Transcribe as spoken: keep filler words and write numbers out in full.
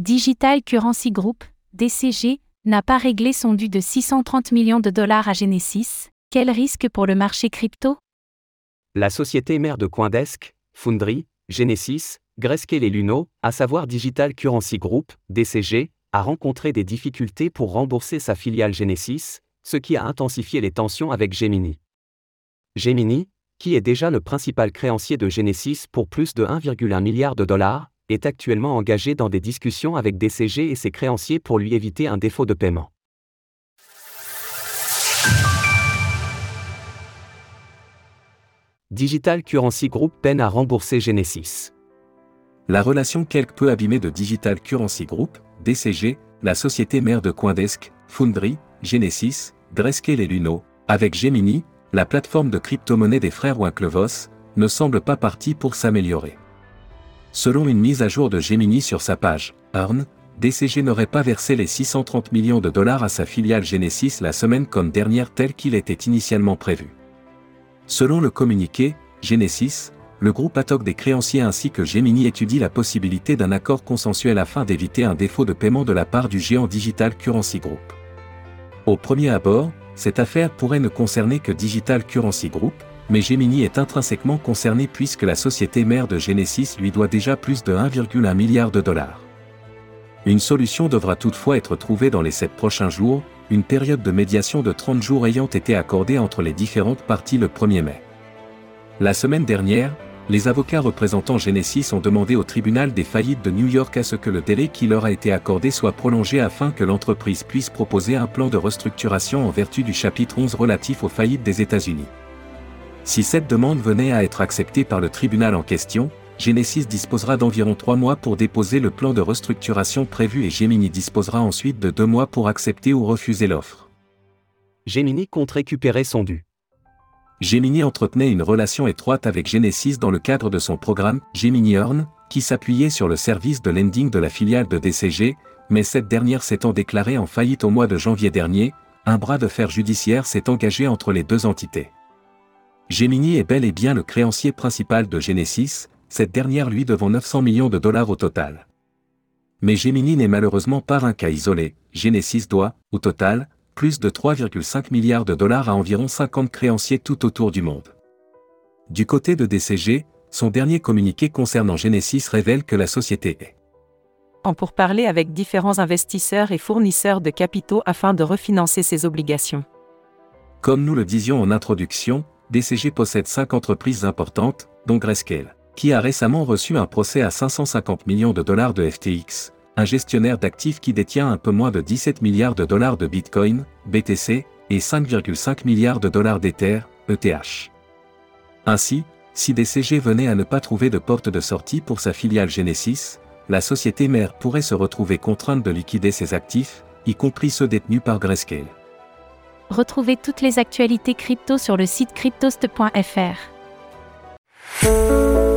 Digital Currency Group, D C G, n'a pas réglé son dû de six cent trente millions de dollars à Genesis. Quel risque pour le marché crypto? La société mère de Coindesk, Foundry, Genesis, Grayscale et Luno, à savoir Digital Currency Group, D C G, a rencontré des difficultés pour rembourser sa filiale Genesis, ce qui a intensifié les tensions avec Gemini. Gemini, qui est déjà le principal créancier de Genesis pour plus de un virgule un milliard de dollars, est actuellement engagé dans des discussions avec D C G et ses créanciers pour lui éviter un défaut de paiement. Digital Currency Group peine à rembourser Genesis. La relation quelque peu abîmée de Digital Currency Group, D C G, la société mère de Coindesk, Foundry, Genesis, Grayscale et Luno, avec Gemini, la plateforme de crypto-monnaie des frères Winklevoss, ne semble pas partie pour s'améliorer. Selon une mise à jour de Gemini sur sa page Earn, D C G n'aurait pas versé les six cent trente millions de dollars à sa filiale Genesis la semaine comme dernière tel qu'il était initialement prévu. Selon le communiqué, Genesis, le groupe ad hoc des créanciers ainsi que Gemini étudie la possibilité d'un accord consensuel afin d'éviter un défaut de paiement de la part du géant Digital Currency Group. Au premier abord, cette affaire pourrait ne concerner que Digital Currency Group, mais Gemini est intrinsèquement concerné puisque la société mère de Genesis lui doit déjà plus de un virgule un milliard de dollars. Une solution devra toutefois être trouvée dans les sept prochains jours, une période de médiation de trente jours ayant été accordée entre les différentes parties le premier mai. La semaine dernière, les avocats représentant Genesis ont demandé au tribunal des faillites de New York à ce que le délai qui leur a été accordé soit prolongé afin que l'entreprise puisse proposer un plan de restructuration en vertu du chapitre onze relatif aux faillites des États-Unis. Si cette demande venait à être acceptée par le tribunal en question, Genesis disposera d'environ trois mois pour déposer le plan de restructuration prévu et Gemini disposera ensuite de deux mois pour accepter ou refuser l'offre. Gemini compte récupérer son dû. Gemini entretenait une relation étroite avec Genesis dans le cadre de son programme Gemini Earn, qui s'appuyait sur le service de lending de la filiale de D C G, mais cette dernière s'étant déclarée en faillite au mois de janvier dernier, un bras de fer judiciaire s'est engagé entre les deux entités. Gemini est bel et bien le créancier principal de Genesis, cette dernière lui devant neuf cents millions de dollars au total. Mais Gemini n'est malheureusement pas un cas isolé, Genesis doit, au total, plus de trois virgule cinq milliards de dollars à environ cinquante créanciers tout autour du monde. Du côté de D C G, son dernier communiqué concernant Genesis révèle que la société est en pourparlers avec différents investisseurs et fournisseurs de capitaux afin de refinancer ses obligations. Comme nous le disions en introduction, D C G possède cinq entreprises importantes, dont Grayscale, qui a récemment reçu un procès à cinq cent cinquante millions de dollars de F T X, un gestionnaire d'actifs qui détient un peu moins de dix-sept milliards de dollars de Bitcoin, B T C, et cinq virgule cinq milliards de dollars d'Ether, E T H. Ainsi, si D C G venait à ne pas trouver de porte de sortie pour sa filiale Genesis, la société mère pourrait se retrouver contrainte de liquider ses actifs, y compris ceux détenus par Grayscale. Retrouvez toutes les actualités crypto sur le site cryptost point f r.